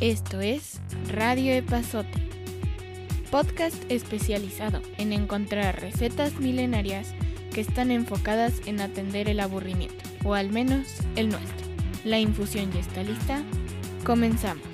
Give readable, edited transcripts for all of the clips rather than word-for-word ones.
Esto es Radio Epazote, podcast especializado en encontrar recetas milenarias que están enfocadas en atender el aburrimiento, o al menos el nuestro. La infusión ya está lista, comenzamos.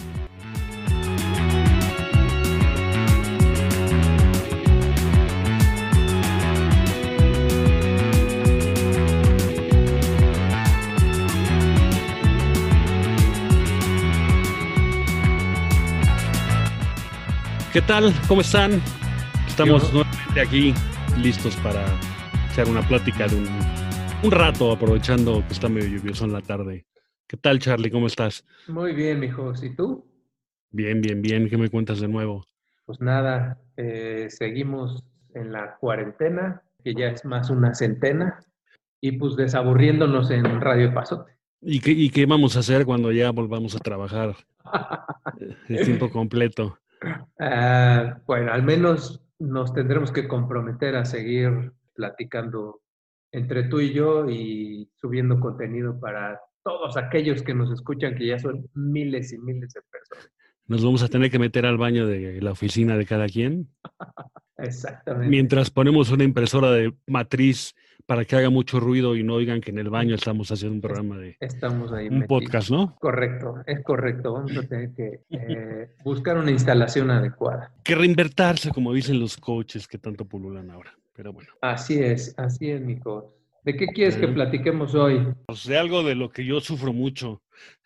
¿Qué tal? ¿Cómo están? Estamos nuevamente aquí, listos para hacer una plática de un rato, aprovechando que está medio lluvioso en la tarde. ¿Qué tal, Charlie? ¿Cómo estás? Muy bien, mijos. ¿Y tú? Bien. ¿Qué me cuentas de nuevo? Pues nada, seguimos en la cuarentena, que ya es más una centena, y pues desaburriéndonos en Radio Epazote. ¿Y qué vamos a hacer cuando ya volvamos a trabajar el tiempo completo? Bueno, al menos nos tendremos que comprometer a seguir platicando entre tú y yo y subiendo contenido para todos aquellos que nos escuchan, que ya son miles y miles de personas. ¿Nos vamos a tener que meter al baño de la oficina de cada quien? Exactamente. Mientras ponemos una impresora de matriz para que haga mucho ruido y no oigan que en el baño estamos haciendo un programa de Estamos ahí un metidos. podcast, ¿no? Correcto, es correcto. Vamos a tener que buscar una instalación adecuada. Que reinvertirse, como dicen los coaches que tanto pululan ahora. Pero bueno. Así es, mijo. ¿De qué quieres que platiquemos hoy? Pues de algo de lo que yo sufro mucho.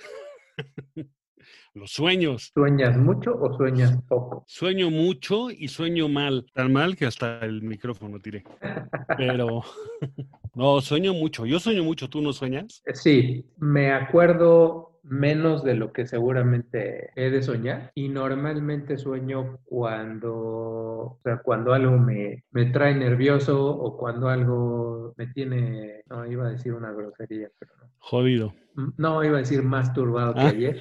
Los sueños. ¿Sueñas mucho o sueñas poco? Sueño mucho y sueño mal. Tan mal que hasta el micrófono tiré. Pero no, sueño mucho. Yo sueño mucho. ¿Tú no sueñas? Sí, me acuerdo menos de lo que seguramente he de soñar y normalmente sueño cuando algo me trae nervioso o cuando algo me tiene, no, iba a decir una grosería, pero no. Jodido. No, iba a decir más turbado que ayer.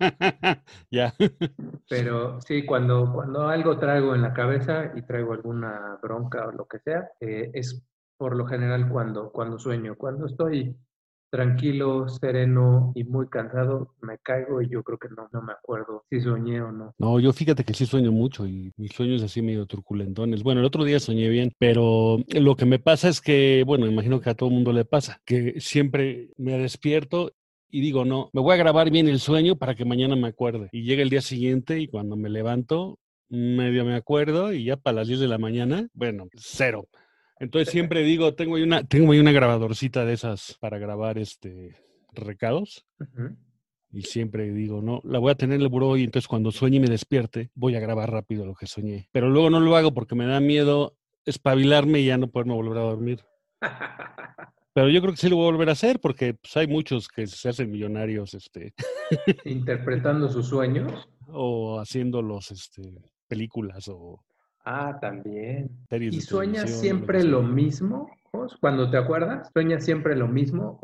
Ya. Pero sí, cuando algo traigo en la cabeza y traigo alguna bronca o lo que sea, es por lo general cuando sueño. Cuando estoy tranquilo, sereno y muy cansado, me caigo y yo creo que no me acuerdo si soñé o no. No, yo fíjate que sí sueño mucho y mis sueños así medio turculentones. Bueno, el otro día soñé bien, pero lo que me pasa es que, bueno, imagino que a todo el mundo le pasa, que siempre me despierto y digo, no, me voy a grabar bien el sueño para que mañana me acuerde. Y llega el día siguiente y cuando me levanto, medio me acuerdo y ya para las 10 de la mañana, bueno, cero. Entonces siempre digo, tengo ahí una grabadorcita de esas para grabar recados. Uh-huh. Y siempre digo, no, la voy a tener en el buró y entonces cuando sueñe y me despierte, voy a grabar rápido lo que soñé. Pero luego no lo hago porque me da miedo espabilarme y ya no poderme volver a dormir. Pero yo creo que sí lo voy a volver a hacer porque pues, hay muchos que se hacen millonarios, Interpretando sus sueños. o haciendo películas o También. series ¿Y de sueñas televisión. siempre lo mismo, Jos? Cuando te acuerdas? ¿Sueñas siempre lo mismo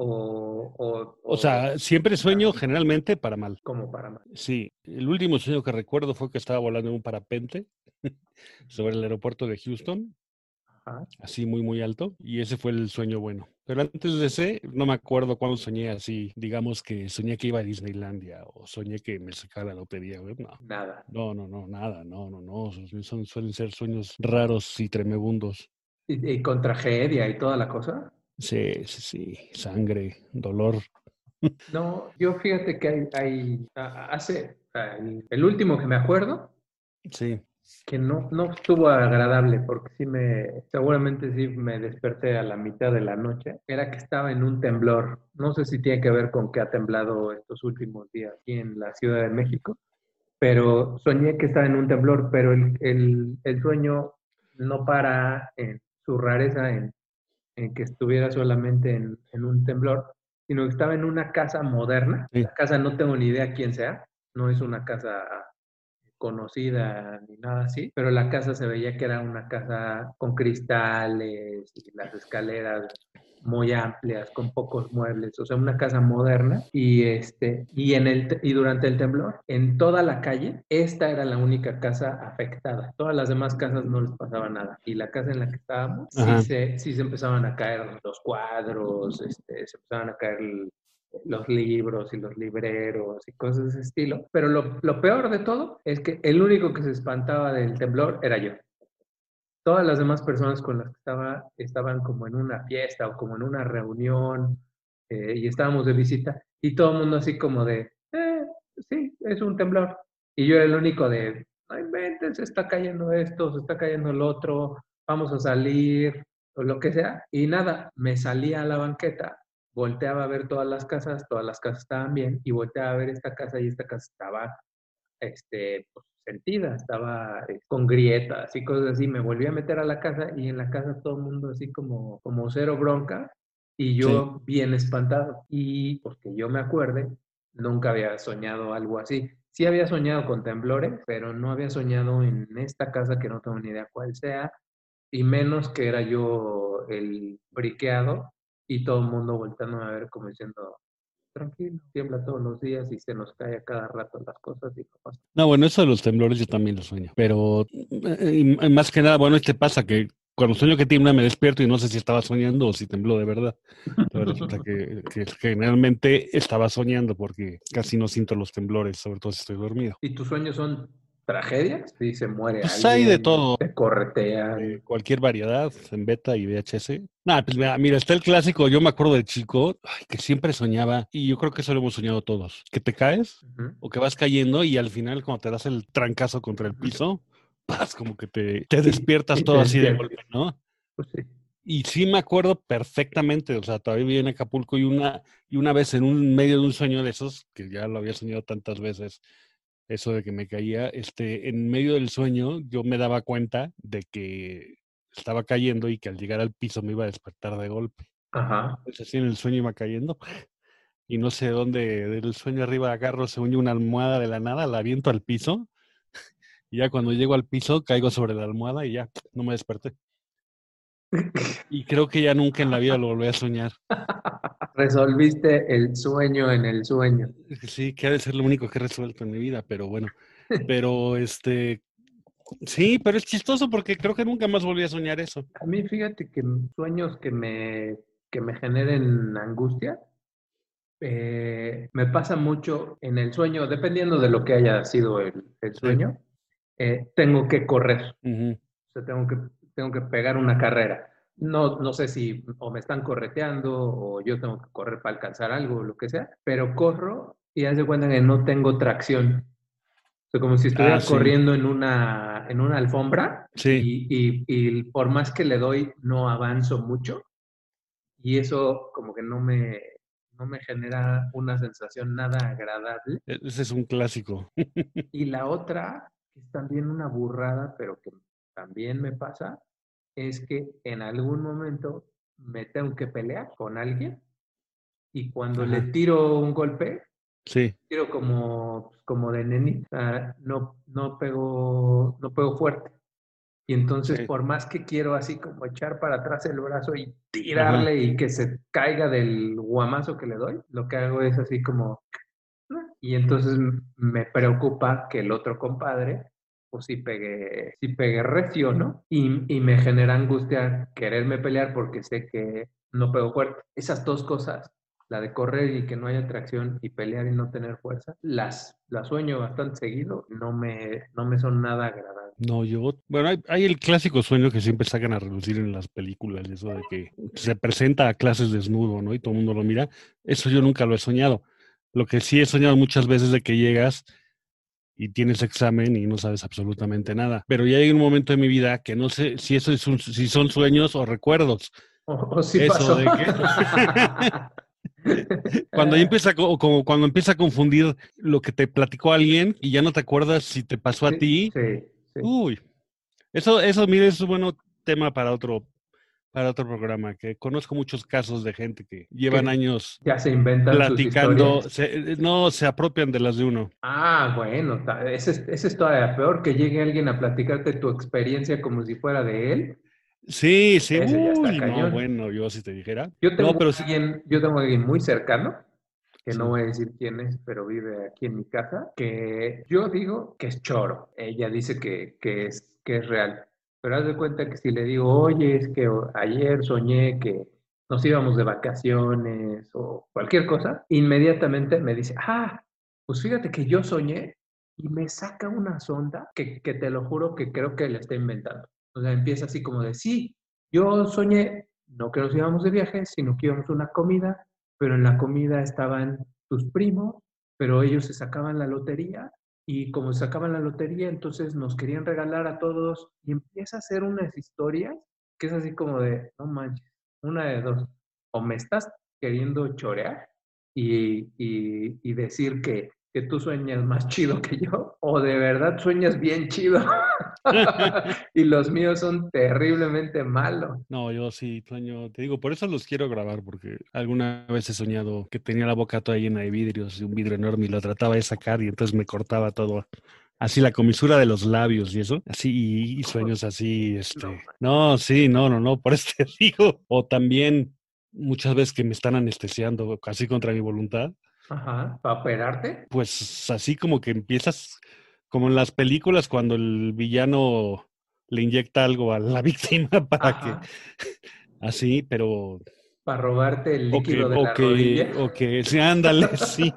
O sea, siempre sueño generalmente para mal. como para mal? Sí, el último sueño que recuerdo fue que estaba volando en un parapente sobre el aeropuerto de Houston. Ajá. Así muy alto, y ese fue el sueño bueno. Pero antes de ese, no me acuerdo cuándo soñé así, digamos que soñé que iba a Disneylandia o soñé que me sacaba la lotería, güey. No. Nada. No, nada, no. Suelen ser sueños raros y tremebundos. ¿Y con tragedia y toda la cosa? Sí, sangre, dolor. No, yo fíjate que el último que me acuerdo, Sí. que no estuvo agradable, porque seguramente sí me desperté a la mitad de la noche, era que estaba en un temblor. No sé si tiene que ver con que ha temblado estos últimos días aquí en la Ciudad de México, pero soñé que estaba en un temblor, pero el sueño no para en su rareza en que estuviera solamente en un temblor, sino que estaba en una casa moderna. Sí. La casa no tengo ni idea quién sea, no es una casa conocida ni nada así, pero la casa se veía que era una casa con cristales y las escaleras muy amplias, con pocos muebles, o sea, una casa moderna y durante el temblor, en toda la calle, esta era la única casa afectada. Todas las demás casas no les pasaba nada. Y la casa en la que estábamos, sí se empezaban a caer los cuadros, se empezaban a caer los libros y los libreros y cosas de ese estilo. Pero lo peor de todo es que el único que se espantaba del temblor era yo. Todas las demás personas con las que estaba estaban como en una fiesta o como en una reunión y estábamos de visita y todo el mundo así como de, sí, es un temblor. Y yo era el único de, no inventes, se está cayendo esto, se está cayendo el otro, vamos a salir o lo que sea. Y nada, me salía a la banqueta, volteaba a ver todas las casas estaban bien y volteaba a ver esta casa y esta casa estaba pues, sentida, estaba con grietas y cosas así. Me volví a meter a la casa y en la casa todo el mundo así como cero bronca y Sí. yo bien espantado. Y porque yo me acuerde, nunca había soñado algo así. Sí había soñado con temblores, pero no había soñado en esta casa que no tengo ni idea cuál sea, y menos que era yo el briqueado y todo el mundo volteando a ver como diciendo, tranquilo, tiembla todos los días y se nos cae a cada rato las cosas y no pasa. No, bueno, eso de los temblores yo también lo sueño, pero y más que nada, bueno, pasa que cuando sueño que tiembla me despierto y no sé si estaba soñando o si tembló de verdad. Entonces resulta que generalmente estaba soñando porque casi no siento los temblores, sobre todo si estoy dormido. ¿Y tus sueños son tragedias? Si se muere Pues hay de alguien, todo, te corretean. cualquier variedad en beta y VHS. Nada, pues mira, está el clásico, yo me acuerdo de chico, ay, que siempre soñaba, y yo creo que eso lo hemos soñado todos, que te caes Ujú, o que vas cayendo y al final cuando te das el trancazo contra el ujú. piso, vas como que te despiertas Y te todo así de despiertas. golpe, ¿no? Pues sí. Y sí me acuerdo perfectamente, o sea, todavía vivía en Acapulco y una vez en un medio de un sueño de esos, que ya lo había soñado tantas veces, eso de que me caía, en medio del sueño yo me daba cuenta de que estaba cayendo y que al llegar al piso me iba a despertar de golpe. Ajá. Entonces así en el sueño iba cayendo y no sé dónde del sueño arriba agarro, se une una almohada de la nada, la aviento al piso y ya cuando llego al piso caigo sobre la almohada y ya no me desperté. Y creo que ya nunca en la vida lo volví a soñar. Resolviste el sueño en el sueño. Sí, que ha de ser lo único que he resuelto en mi vida, pero bueno. Pero sí, pero es chistoso porque creo que nunca más volví a soñar eso. A mí fíjate que sueños que me generen angustia, me pasa mucho en el sueño, dependiendo de lo que haya sido el Sí. sueño, tengo que correr. Ujú. O sea, tengo que pegar una carrera. No sé si o me están correteando o yo tengo que correr para alcanzar algo o lo que sea, pero corro y haz de cuenta que no tengo tracción. O sea, como si Ah, estuviera sí, corriendo en una alfombra sí. y por más que le doy, no avanzo mucho y eso como que no me genera una sensación nada agradable. Ese es un clásico. Y la otra, que es también una burrada, pero que también me pasa, es que en algún momento me tengo que pelear con alguien y cuando le Ajá, tiro un golpe, sí, tiro como de nenita, no pego fuerte. Y entonces, sí. por más que quiero así como echar para atrás el brazo y Ajá. tirarle y que se caiga del guamazo que le doy, lo que hago es así como y entonces me preocupa que el otro compadre, pues sí pegue recio, ¿no? Y me genera angustia quererme pelear porque sé que no pego fuerte. Esas dos cosas, la de correr y que no haya tracción y pelear y no tener fuerza, las sueño bastante seguido, no me son nada agradables. No, bueno, hay el clásico sueño que siempre sacan a relucir en las películas, eso de que se presenta a clases desnudo, ¿no? Y todo el mundo lo mira. Eso yo nunca lo he soñado. Lo que sí he soñado muchas veces de que llegas y tienes examen y no sabes absolutamente nada. Pero ya hay un momento en mi vida que no sé si eso si son sueños o recuerdos. O sí Eso pasó. de que cuando ya empieza como cuando empieza a confundir lo que te platicó alguien y ya no te acuerdas si te pasó a Sí, ti. sí, sí. Uy, eso, mire, es un buen tema para otro programa, que conozco muchos casos de gente que llevan Que años ya se inventan sus platicando, historias. no se apropian de las de uno. Ah, bueno, ese es todavía peor, que llegue alguien a platicarte tu experiencia como si fuera de él. Sí, sí, Ese ya está uy, no, cañón. bueno, yo si te dijera. No, pero sí, Yo tengo a alguien muy cercano, que no sí. voy a decir quién es, pero vive aquí en mi casa, que yo digo que es choro. Ella dice que es real. Pero haz de cuenta que si le digo, oye, es que ayer soñé nos íbamos de vacaciones o cualquier cosa, inmediatamente me dice, pues fíjate que yo soñé y me saca una sonda que te lo juro que creo que la está inventando. O sea, empieza así como de, sí, yo soñé, no que nos íbamos de viaje, sino que íbamos a una comida, pero en la comida estaban tus primos, pero ellos se sacaban la lotería y como se sacaban la lotería, entonces nos querían regalar a todos y empieza a hacer unas historias que es así como de, no manches, una de dos, o me estás queriendo chorear y decir que tú sueñas más chido que yo, o de verdad sueñas bien chido. Y los míos son terriblemente malos. No, yo sí sueño, te digo, por eso los quiero grabar, porque alguna vez he soñado que tenía la boca toda llena de vidrios y un vidrio enorme y lo trataba de sacar y entonces me cortaba todo. Así la comisura de los labios y eso, así, y sueños así, No, no, sí, no, por eso te digo. O también muchas veces que me están anestesiando casi contra mi voluntad, ajá, ¿para operarte? pues así como que empiezas, como en las películas cuando el villano le inyecta algo a la víctima para que, Ajá, así, pero, para robarte el o que, líquido de o la rodilla. que, o que, sí, ándale, sí.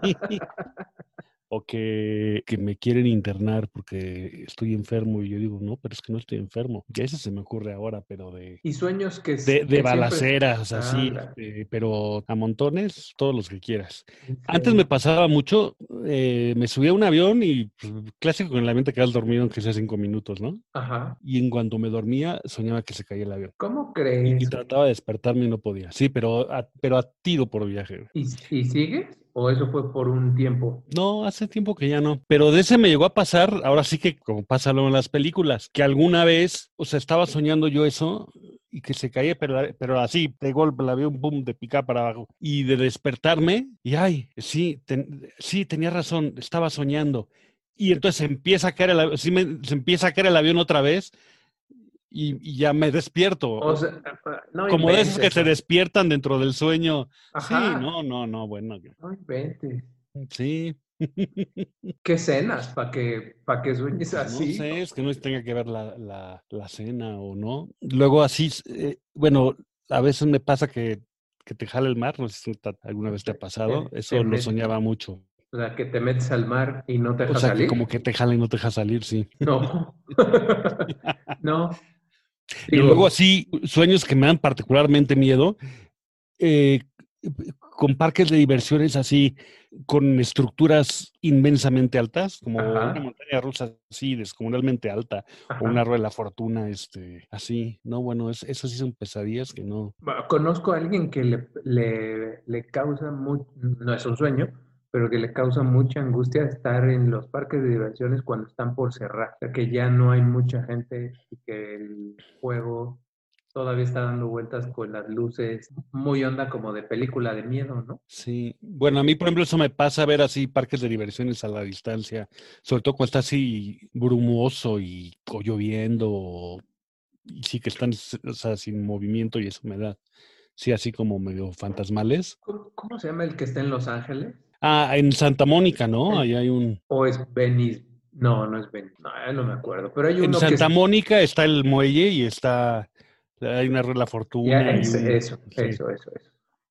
O que me quieren internar porque estoy enfermo y yo digo, no, pero es que no estoy enfermo. Ya eso se me ocurre ahora, pero Y sueños de que siempre... balaceras, así, Anda, pero a montones, todos los que quieras. en Antes me serio. pasaba mucho, me subía a un avión y pues, clásico con el avión te quedas dormido aunque sea 5 minutos, ¿no? Ajá. Y en cuanto me dormía, soñaba que se caía el avión. ¿Cómo Y crees? trataba de despertarme y no podía. Sí, pero a tiro por viaje. Y sigues? ¿O eso fue por un tiempo? No, hace tiempo que ya no. Pero de ese me llegó a pasar, ahora sí que como pasa luego en las películas, que alguna vez, o sea, estaba soñando yo eso y que se caía, pero así, de golpe, la vi un boom de picar para abajo. Y de despertarme, y ay, sí, sí, tenía razón, estaba soñando. Y entonces se empieza a caer se empieza a caer el avión otra vez y ya me despierto. O sea, no Como de esos que inventes, se man. despiertan dentro del sueño. Sí, Ajá, no, bueno, no inventes. sí. ¿Qué escenas para que sueñes Pues no así? sé, es que no tenga que ver la cena o no. Luego así, bueno, a veces me pasa que te jala el mar, no sé si alguna vez te ha pasado, Te eso lo met- soñaba mucho. o sea, que te metes al mar y no te O dejas sea, que como salir. que te jala y no te deja salir, sí. No. No. Y luego Digo, así, sueños que me dan particularmente miedo, eh, con parques de diversiones así, con estructuras inmensamente altas, como una ajá, montaña rusa así, descomunalmente alta, o una ajá. rueda de la fortuna, así. No, bueno, eso sí son pesadillas que no. Conozco a alguien que le causa mucho, no es un sueño, pero que le causa mucha angustia estar en los parques de diversiones cuando están por cerrar, o sea, que ya no hay mucha gente y que el juego todavía está dando vueltas con las luces, muy onda como de película de miedo, ¿no? Sí, bueno, a mí, por ejemplo, eso me pasa ver así parques de diversiones a la distancia, sobre todo cuando está así brumoso o lloviendo, y sí que están, o sea, sin movimiento y eso me da, sí, así como medio fantasmales. Cómo se llama el que está en Los Ángeles? Ah, en Santa Mónica, ¿no? El, Ahí hay un, ¿O es Venice? No, no es Venice, no, no me acuerdo, pero hay en uno que Santa es, Mónica está el muelle y hay una rueda de la ya, fortuna y sí, eso.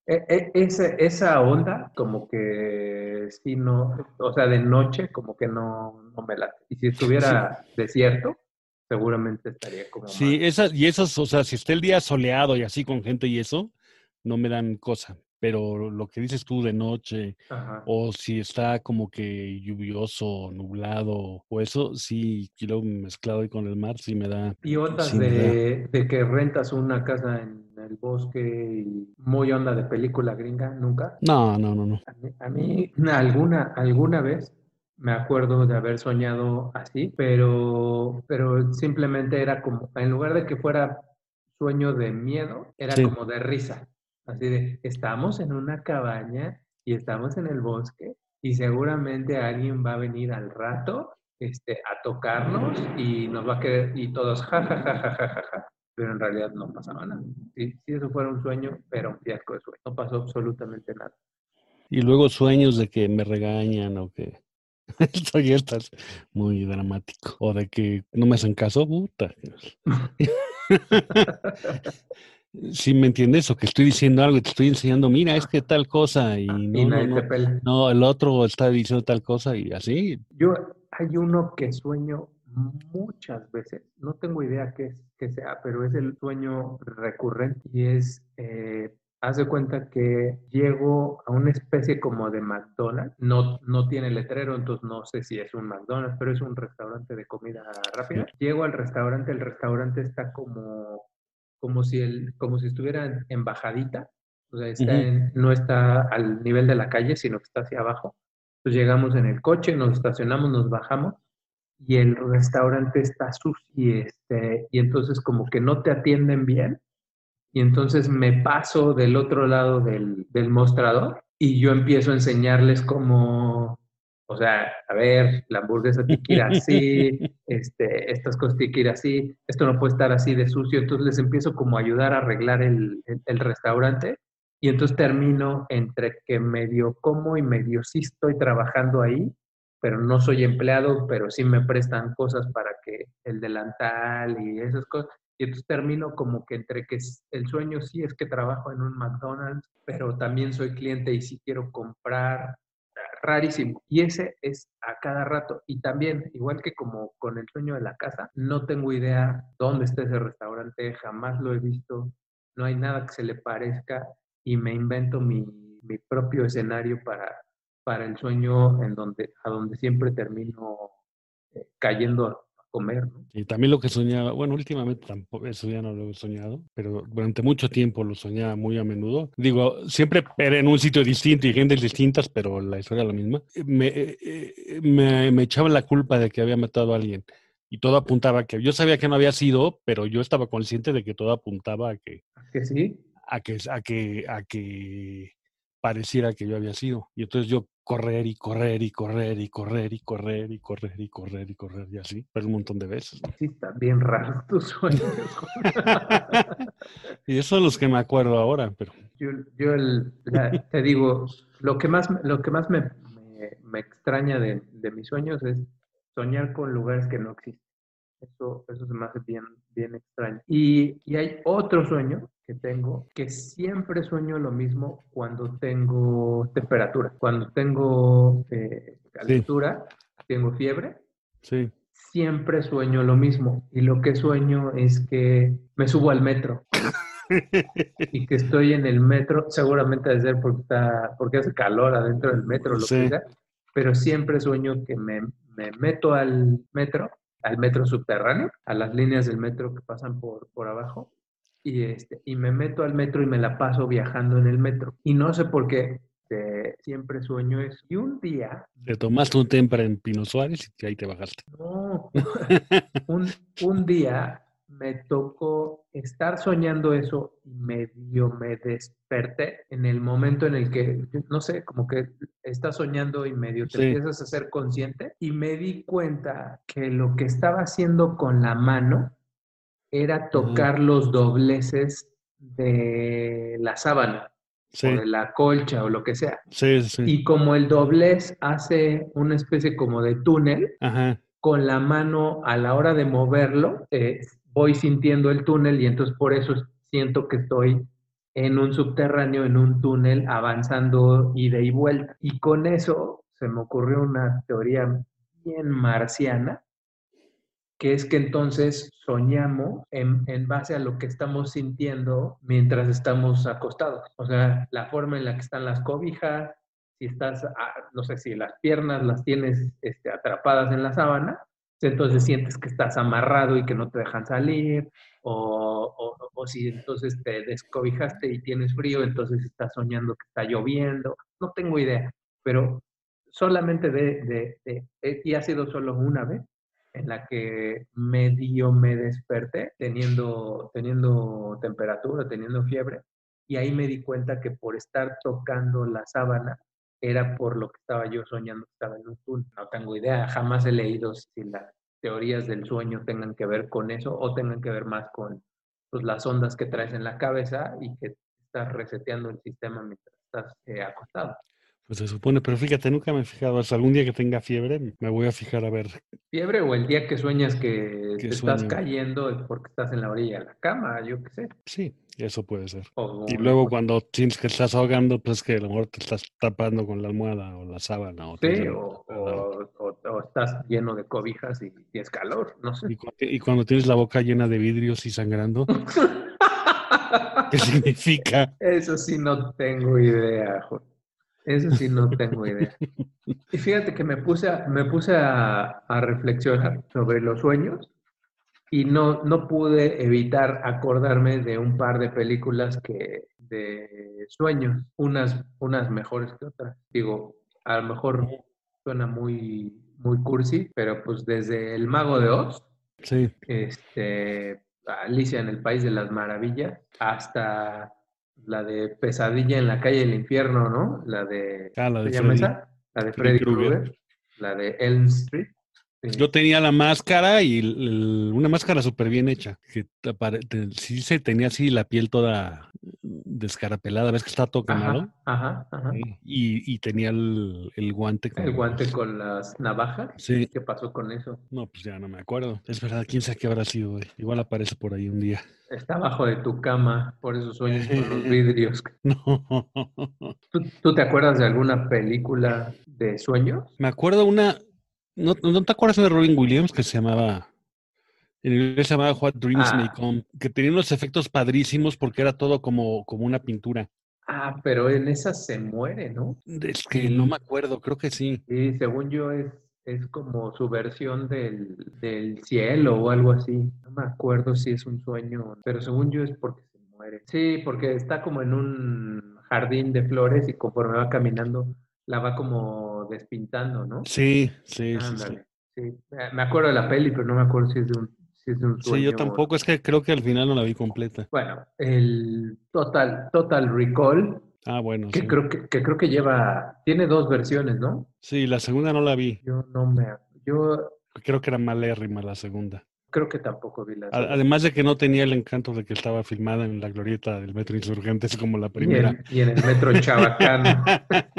Esa onda, como que sí, no, o sea, de noche, como que no me late. Y si sí, estuviera desierto, seguramente estaría como sí, más. esas, o sea, si está el día soleado y así con gente y eso, no me dan cosa. Pero lo que dices tú de noche, Ajá. o si está como que lluvioso, nublado, o eso, sí, y luego mezclado ahí con el mar, Y ondas sí me da. de que rentas una casa en el bosque y muy onda de película gringa, nunca. No. A mí alguna vez me acuerdo de haber soñado así, pero simplemente era como, en lugar de que fuera sueño de miedo, era Sí, como de risa. Así de, estamos en una cabaña y estamos en el bosque y seguramente alguien va a venir al rato, a tocarnos y nos va a querer, y todos, ja, ja, ja, ja, ja, ja, ja. Pero en realidad no pasaba nada. Si eso fuera un sueño, era un fiasco de sueño. No pasó absolutamente nada. y luego sueños de que me regañan o que estás muy dramático, o de que no me hacen caso, puta. Sí, ¿me entiendes? O que estoy diciendo algo y te estoy enseñando, mira, es que tal cosa, y Y no, no, nadie te no, pela. no, el otro está diciendo tal cosa y así. Yo, hay uno que sueño muchas veces, no tengo idea qué sea, pero es el sueño recurrente y es, haz de cuenta que llego a una especie como de McDonald's, no tiene letrero, entonces no sé si es un McDonald's, pero es un restaurante de comida rápida. Sí. Llego al restaurante, el restaurante está como si estuviera en bajadita, o sea, Ujú. no está al nivel de la calle, sino que está hacia abajo. Entonces llegamos en el coche, nos estacionamos, nos bajamos y el restaurante está sucio y entonces como que no te atienden bien y entonces me paso del otro lado del mostrador y yo empiezo a enseñarles como, o sea, a ver, la hamburguesa tiene que ir así, estas cosas tienen que ir así, esto no puede estar así de sucio, entonces les empiezo como a ayudar a arreglar el restaurante y entonces termino entre que medio como y medio sí estoy trabajando ahí, pero no soy empleado, pero sí me prestan cosas para que el delantal y esas cosas. Y entonces termino como que entre que el sueño sí es que trabajo en un McDonald's, pero también soy cliente y sí quiero comprar. Rarísimo. Y ese es a cada rato. Y también, igual que como con el sueño de la casa, no tengo idea dónde está ese restaurante, jamás lo he visto, no hay nada que se le parezca y me invento mi propio escenario para el sueño a donde siempre termino cayendo a comer, ¿no? Y también lo que soñaba, bueno, últimamente tampoco, eso ya no lo he soñado, pero durante mucho tiempo lo soñaba muy a menudo. Digo, siempre era en un sitio distinto y gentes distintas, pero la historia es la misma. Me echaban la culpa de que había matado a alguien y todo apuntaba a que yo sabía que no había sido, pero yo estaba consciente de que todo apuntaba Que sí. a que pareciera que yo había sido. Y entonces yo correr y correr y correr y correr y correr y correr y correr y correr y así, pero un montón de veces, ¿no? Sí, está bien raro tus sueños. Y esos son los que me acuerdo ahora, pero Te digo, lo que más me extraña de mis sueños es soñar con lugares que no existen. Eso se me hace bien, bien extraño. Y hay otro sueño que tengo, que siempre sueño lo mismo cuando tengo temperatura. Cuando tengo sí, calentura, tengo fiebre, sí. siempre sueño lo mismo. Y lo que sueño es que me subo al metro y que estoy en el metro, seguramente debe ser porque hace calor adentro del metro o lo que Sí, sea, pero siempre sueño que me meto al metro subterráneo, a las líneas del metro que pasan por abajo, y me meto al metro y me la paso viajando en el metro. Y no sé por qué, siempre sueño eso. Y un día, te tomaste un tempra en Pino Suárez y ahí te bajaste. no, un día me tocó estar soñando eso y medio me desperté en el momento en el que, no sé, como que estás soñando y medio te Sí, empiezas a ser consciente y me di cuenta que lo que estaba haciendo con la mano era ajá, tocar los dobleces de la sábana o sí, de la colcha o lo que sea. sí, sí, Y como el doblez hace una especie como de túnel, ajá, con la mano a la hora de moverlo, voy sintiendo el túnel y entonces por eso siento que estoy en un subterráneo, en un túnel, avanzando ida y vuelta. Y con eso se me ocurrió una teoría bien marciana, que es que entonces soñamos en base a lo que estamos sintiendo mientras estamos acostados. O sea, la forma en la que están las cobijas, si estás, no sé, si las piernas las tienes atrapadas en la sábana, entonces sientes que estás amarrado y que no te dejan salir, o si entonces te descobijaste y tienes frío, entonces estás soñando que está lloviendo. No tengo idea, pero solamente y ha sido solo una vez en la que medio me desperté teniendo temperatura, teniendo fiebre, y ahí me di cuenta que por estar tocando la sábana era por lo que estaba yo soñando que estaba en un túnel. No tengo idea, jamás he leído si las teorías del sueño tengan que ver con eso o tengan que ver más con pues, las ondas que traes en la cabeza y que estás reseteando el sistema mientras estás acostado. Pues se supone, pero fíjate, nunca me he fijado. Hasta algún día que tenga fiebre, me voy a fijar a ver Fiebre o el día que sueñas que qué te estás sueño. cayendo es porque estás en la orilla de la cama, yo qué sé. Sí, eso puede ser. O, Y o- luego o- cuando sientes que estás ahogando, pues que a lo mejor te estás tapando con la almohada o la sábana o sí, tienes la tapada. o estás lleno de cobijas y tienes calor, no sé. Y cuando tienes la boca llena de vidrios y sangrando, ¿qué significa? Eso sí no tengo idea, eso sí no tengo idea. Y fíjate que me puse a reflexionar sobre los sueños y no pude evitar acordarme de un par de películas de sueños, unas mejores que otras. Digo, a lo mejor suena muy cursi, pero pues desde El Mago de Oz, Sí, Alicia en el País de las Maravillas, hasta la de Pesadilla en la calle del infierno, ¿no? ¿Cómo la se de llama Freddy, esa? La de Freddy Freddy Krueger. Krueger, la de Elm Street. Yo tenía la máscara y una máscara súper bien hecha, que sí se tenía así la piel toda descarapelada, ves que está todo quemado. Ajá, ajá, ajá. Sí. Y tenía el guante El con guante los... con las navajas. Sí, ¿Qué pasó con eso? no, pues ya no me acuerdo. Es verdad, quién sabe qué habrá sido, güey. Igual aparece por ahí un día. Está abajo de tu cama, por eso sueñas con los vidrios. No. ¿Tú te acuerdas de alguna película de sueños? Me acuerdo una... ¿No te acuerdas de Robin Williams que se llamaba... En inglés se llamaba What Dreams May Ah, Come, que tenía unos efectos padrísimos porque era todo como una pintura. pero en esa se muere, ¿no? Es que no me Y, acuerdo, creo que sí. y según yo es como su versión del cielo o algo así. No me acuerdo si es un sueño, pero según yo es porque se muere. Sí, porque está como en un jardín de flores y conforme va caminando la va como despintando, ¿no? Sí, sí, sí, sí. Ándale, sí. Me acuerdo de la peli, pero no me acuerdo si es de un Sí, yo sueño o no. tampoco, es que creo que al final no la vi completa. Bueno, el Total Recall, Ah, bueno, que sí. creo que tiene dos versiones, ¿no? Sí, la segunda no la vi. Yo no me, yo Creo que era malérrima la segunda. creo que tampoco vi la segunda. Además de que no tenía el encanto de que estaba filmada en la glorieta del Metro Insurgentes como la Y primera. en el metro Chabacano.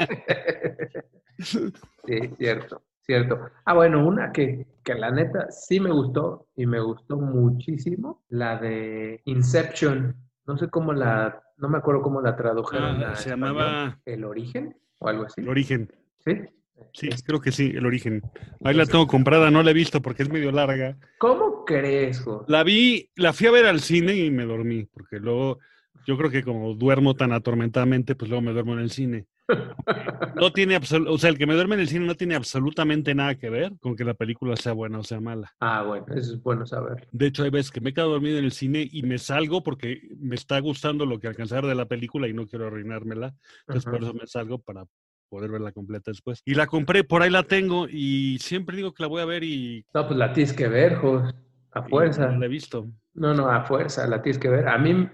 Sí, cierto, cierto. Bueno, una que la neta sí me gustó y me gustó muchísimo, la de Inception. No me acuerdo cómo la tradujeron a Se español. llamaba ¿El origen? O algo El así. Origen. ¿Sí? Sí, Es- creo que sí, El Origen. Ahí la es- tengo comprada, no la he visto porque es medio larga. ¿Cómo crees, Jo? La fui a ver al cine y me dormí, porque luego yo creo que como duermo tan atormentadamente, pues luego me duermo en el cine. No tiene o sea, el que me duerme en el cine no tiene absolutamente nada que ver con que la película sea buena o sea mala. Bueno, eso es bueno saber. De hecho, hay veces que me he quedado dormido en el cine y me salgo porque me está gustando lo que alcanzar de la película y no quiero arruinármela. Entonces, por Ajá. eso me salgo para poder verla completa después. Y la compré, por ahí la tengo y siempre digo que la voy a ver No, pues la tienes que ver, Jo, a y no fuerza. la he visto. No, no, a fuerza, la tienes que ver. A mí,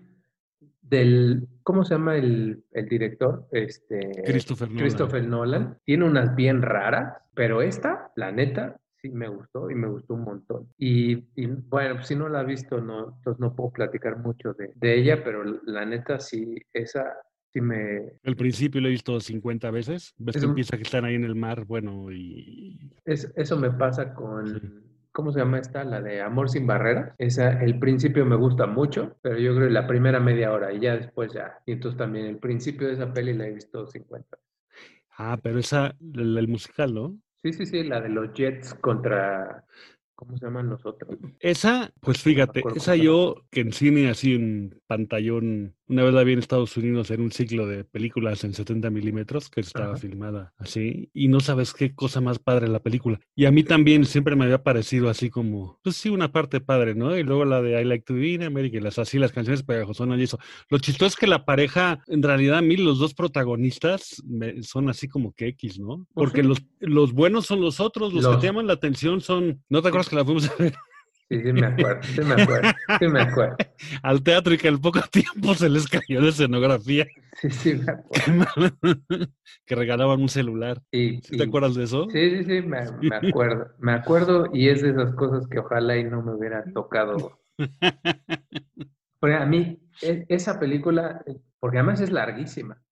¿cómo se llama el director? Christopher Nolan. Christopher Nolan. Tiene unas bien raras, pero esta, la neta, sí me gustó y me gustó un montón. Y bueno, pues si no la has visto, no, entonces no puedo platicar mucho de ella, pero la neta, sí, esa sí El principio lo he visto 50 veces. Ves que eso, empieza que están ahí en el mar, bueno, eso me pasa sí. ¿cómo se llama esta? La de Amor sin barreras. El principio me gusta mucho, pero yo creo que la primera media hora y ya después ya. Y entonces también el principio de esa peli la he visto 50. Pero el musical, ¿no? Sí, sí, sí, la de los Jets contra, ¿cómo se llaman los otros? Esa, pues No me fíjate, acuerdo cómo esa se llaman. yo que en cine así en pantallón, una vez la vi en Estados Unidos en un ciclo de películas en 70 milímetros que estaba Ajá. filmada así y no sabes qué cosa más padre la película. Y a mí también siempre me había parecido así como, pues sí, una parte padre, ¿no? Y luego la de I Like to Be in America y las canciones pegajosonas y eso. Lo chistoso es que la pareja, en realidad a mí los dos protagonistas son así como que X, ¿no? Pues Porque sí, los buenos son los otros, los que te los, llaman la atención son, ¿no te acuerdas sí, que la fuimos a ver? sí, sí me acuerdo, sí me acuerdo, sí me acuerdo, Al teatro y que al poco tiempo se les cayó la escenografía sí, sí me acuerdo. que regalaban un celular. Y, ¿Sí te y acuerdas de eso? sí, sí, sí, me acuerdo y es de esas cosas que ojalá y no me hubiera tocado. Porque a mí, esa película, porque además es larguísima,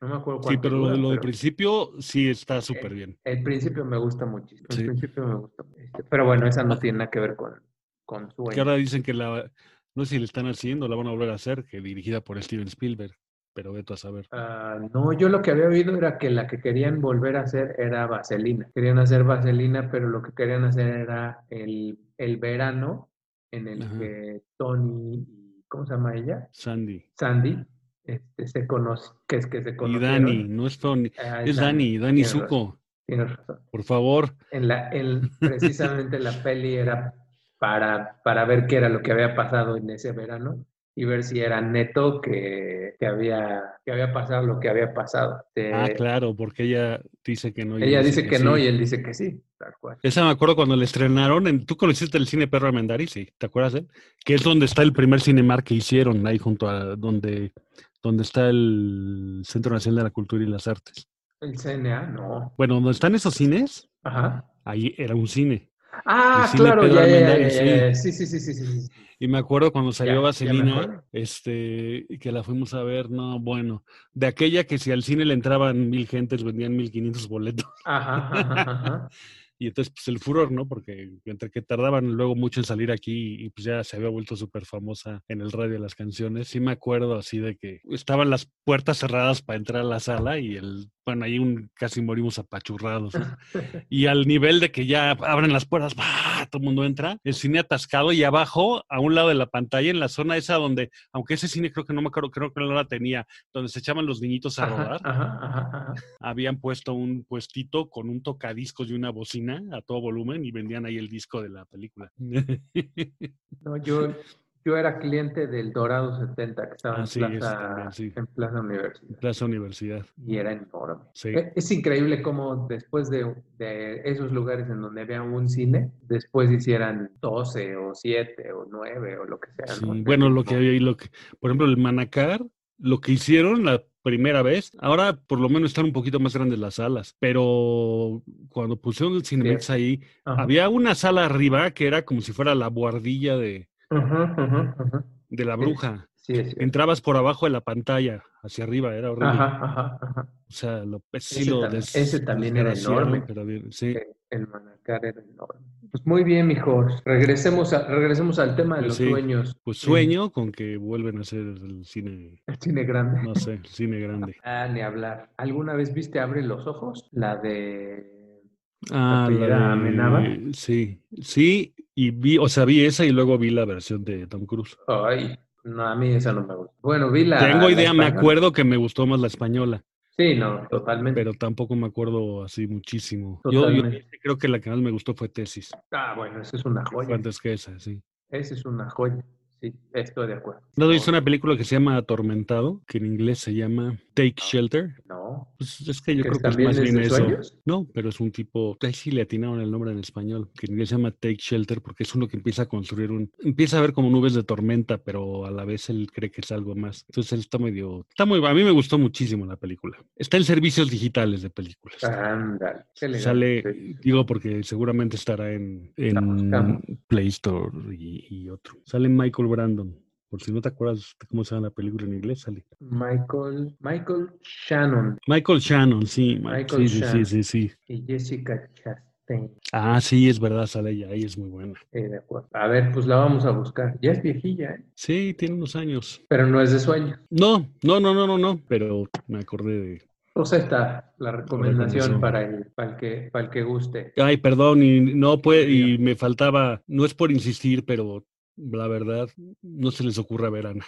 No me acuerdo Sí, cuánto pero dura, lo del pero principio sí está súper el, bien. el principio me gusta muchísimo. El Sí. principio me gusta mucho. Pero bueno, esa no Ah, tiene nada que ver con que sueños. ahora dicen que no sé si le están haciendo, la van a volver a hacer, que dirigida por Steven Spielberg, pero veto a saber. No, yo lo que había oído era que la que querían volver a hacer era Vaselina. Querían hacer Vaselina, pero lo que querían hacer era el verano en el Ajá, que Tony y, ¿cómo se llama ella? Sandy. Sandy, se conoce, que se Y Dani, conocieron. no es Tony, Es es Dani, Dani tienes razón, Zuko, tienes razón. por favor. Precisamente la peli era para ver qué era lo que había pasado en ese verano y ver si era neto que había pasado lo que había pasado. Ah, claro, porque ella dice que no y él Ella dice dice que que no y sí. él dice que sí, tal cual. Esa me acuerdo cuando la estrenaron, tú conociste el cine Pedro Armendáriz, sí, ¿te acuerdas de él? Que es donde está el primer Cinemark que hicieron, ahí junto a donde está el Centro Nacional de la Cultura y las Artes. El CNA, no. Bueno, donde están esos cines, Ajá. ahí era un cine. El Ah, cine claro, Pedro ya, ya, ya, Armendáriz, ya, sí. ya. Sí, sí, sí, sí, sí, sí, sí. Y me acuerdo cuando salió Ya me Vaselina, acuerdo. que la fuimos a ver, no, bueno, de aquella que si al cine le entraban 1,000 gentes, vendían 1,500 boletos. Ajá, ajá, ajá. Y entonces, pues el furor, ¿no? Porque entre que tardaban luego mucho en salir aquí y pues ya se había vuelto súper famosa en el radio de las canciones. Sí me acuerdo así de que estaban las puertas cerradas para entrar a la sala y bueno, ahí casi morimos apachurrados, ¿no? Y al nivel de que ya abren las puertas, ¡bah! Todo el mundo entra, el cine atascado y abajo, a un lado de la pantalla, en la zona esa donde, aunque ese cine creo que no me acuerdo, creo que no la tenía, donde se echaban los niñitos a Ajá, rodar, ajá, ajá, ajá. habían puesto un puestito con un tocadiscos y una bocina a todo volumen y vendían ahí el disco de la película. No, yo era cliente del Dorado 70 que estaba Ah, sí, ese también, sí. En Plaza Universidad Plaza Universidad. y era enorme. Sí. Es increíble cómo después de esos lugares en donde había un cine, después hicieran 12 o 7 o 9 o lo que sea, ¿no? Sí, En el bueno, lo que mismo. había ahí, por ejemplo, el Manacar, lo que hicieron la primera vez, ahora por lo menos están un poquito más grandes las salas, pero cuando pusieron el Cinemex Cierto. ahí, Ajá. había una sala arriba que era como si fuera la buhardilla Ajá, ajá, ajá. de la Sí, bruja. sí, es cierto. Entrabas por abajo de la pantalla, hacia arriba, era horrible. Ajá, ajá, ajá. O sea, sí Ese lo también, ese también era desgraciaron, enorme. pero bien, sí, El Manacar era enorme. Pues muy bien, mijo. Regresemos al tema de pues los sí. sueños. Pues sueño con que vuelven a hacer el cine, El cine grande. no sé, el cine grande. Ni hablar. ¿Alguna vez viste Abre los ojos? La de Ah, la apellida Amenábar. de, sí, sí, y o sea, vi esa y luego vi la versión de Tom Cruise. Ay, no, a mí esa no me gusta. Bueno, vi la, Tengo la idea, me española. acuerdo que me gustó más la española, Sí, no, pero totalmente. tampoco me acuerdo así muchísimo. Yo Totalmente. creo que la que más me gustó fue Tesis, Bueno, esa es una que fue joya. antes que esa, sí. Esa es una joya. Sí, estoy de acuerdo. ¿No has visto No, una película que se llama Atormentado? Que en inglés se llama Take Shelter. no. Pues es que yo ¿Que creo que es también más es bien de eso. sueños? No, pero es un tipo, ahí sí le atinaron el nombre en español, que en inglés se llama Take Shelter porque es uno que empieza a construir empieza a ver como nubes de tormenta, pero a la vez él cree que es algo más. Entonces él a mí me gustó muchísimo la película. Está en servicios digitales de películas. Ándale, qué elegante. Sale, Sí, digo porque seguramente estará la en buscamos. Play Store y otro. Sale Michael Brandon. Por si no te acuerdas de cómo se llama la película en inglés, sale. Michael Shannon. Michael Shannon, sí, Michael sí, sí, sí, Shannon. sí, sí. Y Jessica Chastain. Ah, sí, es verdad, sale ella, ella es muy buena. De acuerdo. A ver, pues la vamos a buscar. Ya es viejilla, ¿eh? Sí, tiene unos años. Pero no es de sueño. No, no, no, no, no, no, pero me acordé de Pues está la ahora con recomendación eso. para el que guste. Ay, perdón, y no puede, Mío. y me faltaba, no es por insistir, pero la verdad, no se les ocurra ver Ana.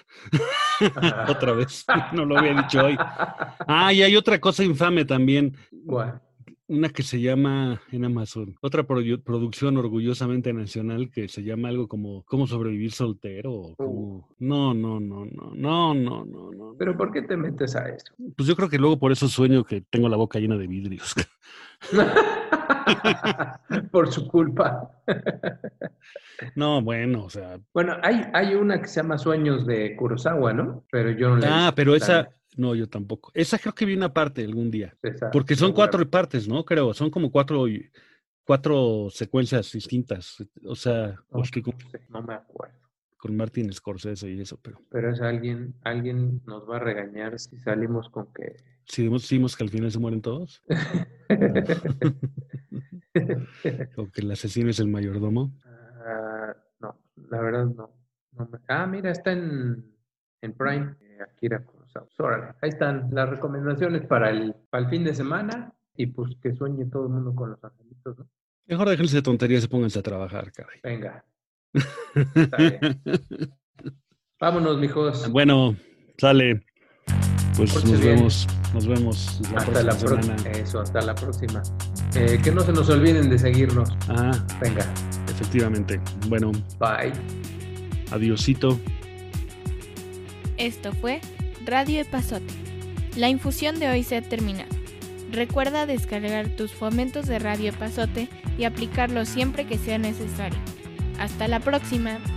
Otra vez, no lo había dicho hoy. Ah, y hay otra cosa infame también. ¿Cuál? Una que se llama en Amazon, otra producción orgullosamente nacional que se llama algo como ¿Cómo sobrevivir soltero? O cómo... No, no, no, no, no, no, no, no, ¿Pero por no. qué te metes a eso? Pues yo creo que luego por eso sueño que tengo la boca llena de vidrios. Por su culpa. No, bueno, o sea. Bueno, hay una que se llama Sueños de Kurosawa, ¿no? Pero yo no la he Ah, visto. pero La, esa, no, yo tampoco. Esa creo que vi una parte algún día. esa, Porque son seguramente. 4 partes, ¿no? Creo, son como cuatro secuencias distintas. O sea, o No, estoy no sé, no me acuerdo. con Martin Scorsese y eso, pero. Pero es alguien nos va a regañar si salimos con que Si decimos que al final se mueren todos. O que el asesino es el mayordomo. No, la verdad no. Mira, está en Prime. Akira Kurosawa. Órale, ahí están las recomendaciones para el fin de semana y pues que sueñe todo el mundo con los angelitos, ¿no? Mejor déjense de tonterías y pónganse a trabajar, caray. Venga. Está bien. Vámonos, mijos. Bueno, sale. Pues nos vemos hasta la próxima. Eso, hasta la próxima. Que no se nos olviden de seguirnos. Venga. Efectivamente. Bueno. Bye. Adiosito. Esto fue Radio Epazote. La infusión de hoy se ha terminado. Recuerda descargar tus fomentos de Radio Epazote y aplicarlos siempre que sea necesario. Hasta la próxima.